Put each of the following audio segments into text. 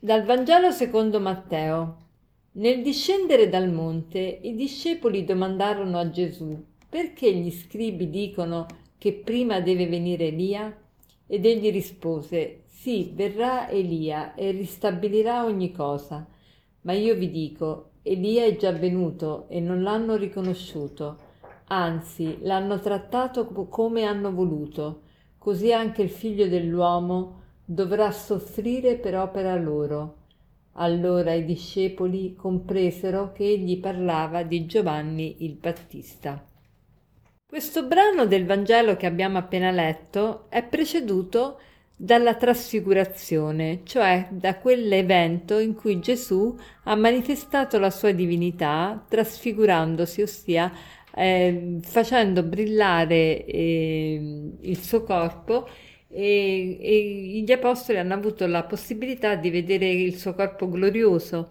Dal Vangelo secondo Matteo. Nel discendere dal monte, i discepoli domandarono a Gesù: perché gli scribi dicono che prima deve venire Elia? Ed egli rispose: sì, verrà Elia e ristabilirà ogni cosa. Ma io vi dico, Elia è già venuto e non l'hanno riconosciuto, anzi l'hanno trattato come hanno voluto. Così anche il figlio dell'uomo dovrà soffrire per opera loro. Allora i discepoli compresero che egli parlava di Giovanni il Battista. Questo brano del Vangelo che abbiamo appena letto è preceduto dalla trasfigurazione, cioè da quell'evento in cui Gesù ha manifestato la sua divinità trasfigurandosi, ossia facendo brillare il suo corpo e gli apostoli hanno avuto la possibilità di vedere il suo corpo glorioso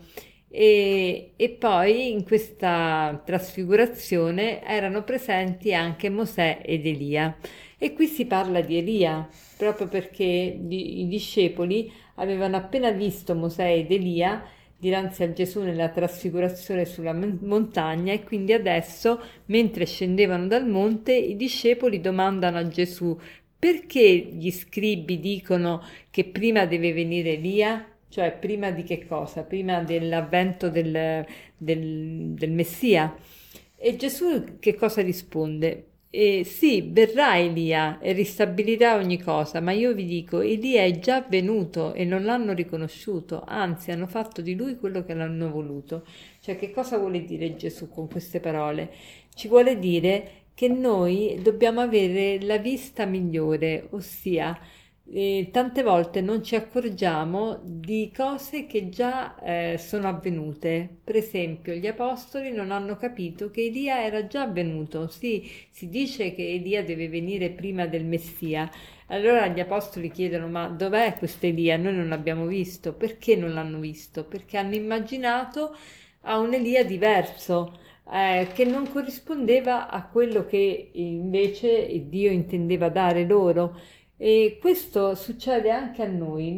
e poi in questa trasfigurazione erano presenti anche Mosè ed Elia. E qui si parla di Elia, proprio perché i discepoli avevano appena visto Mosè ed Elia dinanzi a Gesù nella trasfigurazione sulla montagna e quindi adesso, mentre scendevano dal monte, i discepoli domandano a Gesù: perché gli scribi dicono che prima deve venire Elia? Cioè prima di che cosa? Prima dell'avvento del Messia. E Gesù che cosa risponde? Sì, verrà Elia e ristabilirà ogni cosa, ma io vi dico, Elia è già venuto e non l'hanno riconosciuto, anzi hanno fatto di lui quello che l'hanno voluto. Cioè che cosa vuole dire Gesù con queste parole? Ci vuole dire che noi dobbiamo avere la vista migliore, ossia tante volte non ci accorgiamo di cose che già sono avvenute. Per esempio, gli apostoli non hanno capito che Elia era già venuto. Sì, si dice che Elia deve venire prima del Messia. Allora gli apostoli chiedono: ma dov'è questo Elia? Noi non l'abbiamo visto. Perché non l'hanno visto? Perché hanno immaginato a un Elia diverso. Che non corrispondeva a quello che invece Dio intendeva dare loro. E questo succede anche a noi.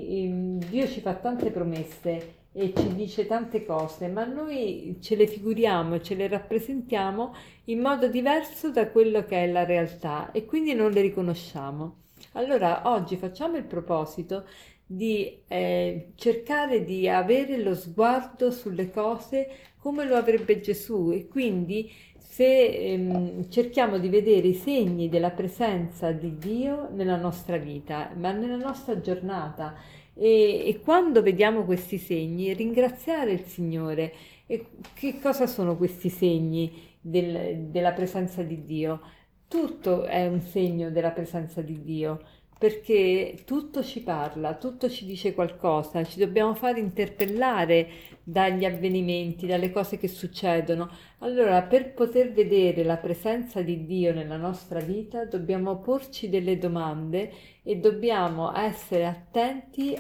Dio ci fa tante promesse e ci dice tante cose, ma noi ce le figuriamo, ce le rappresentiamo in modo diverso da quello che è la realtà e quindi non le riconosciamo. Allora, oggi facciamo il proposito di cercare di avere lo sguardo sulle cose come lo avrebbe Gesù e quindi se cerchiamo di vedere i segni della presenza di Dio nella nostra vita, ma nella nostra giornata e quando vediamo questi segni ringraziare il Signore. E che cosa sono questi segni della presenza di Dio? Tutto è un segno della presenza di Dio perché tutto ci parla, tutto ci dice qualcosa, ci dobbiamo fare interpellare dagli avvenimenti, dalle cose che succedono. Allora, per poter vedere la presenza di Dio nella nostra vita, dobbiamo porci delle domande e dobbiamo essere attenti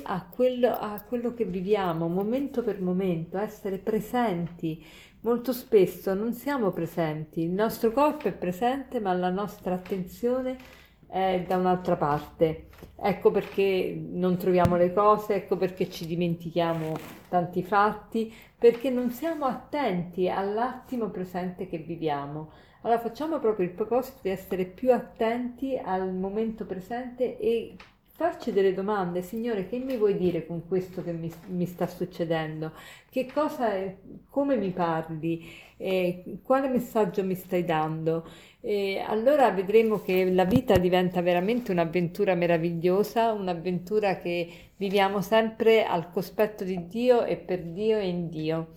a quello che viviamo, momento per momento, essere presenti. Molto spesso non siamo presenti, il nostro corpo è presente, ma la nostra attenzione è da un'altra parte. Ecco perché non troviamo le cose, ecco perché ci dimentichiamo tanti fatti, perché non siamo attenti all'attimo presente che viviamo. Allora facciamo proprio il proposito di essere più attenti al momento presente e farci delle domande: Signore, che mi vuoi dire con questo che mi sta succedendo? Che cosa, come mi parli? Quale messaggio mi stai dando? E allora vedremo che la vita diventa veramente un'avventura meravigliosa, un'avventura che viviamo sempre al cospetto di Dio e per Dio e in Dio.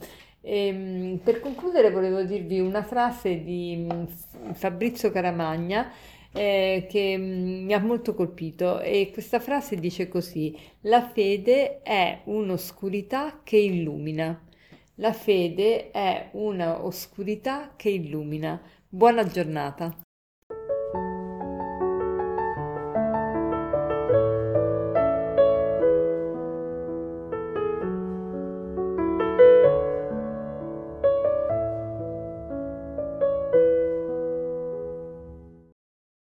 Per concludere volevo dirvi una frase di Fabrizio Caramagna che mi ha molto colpito e questa frase dice così: la fede è un'oscurità che illumina. La fede è una oscurità che illumina. Buona giornata.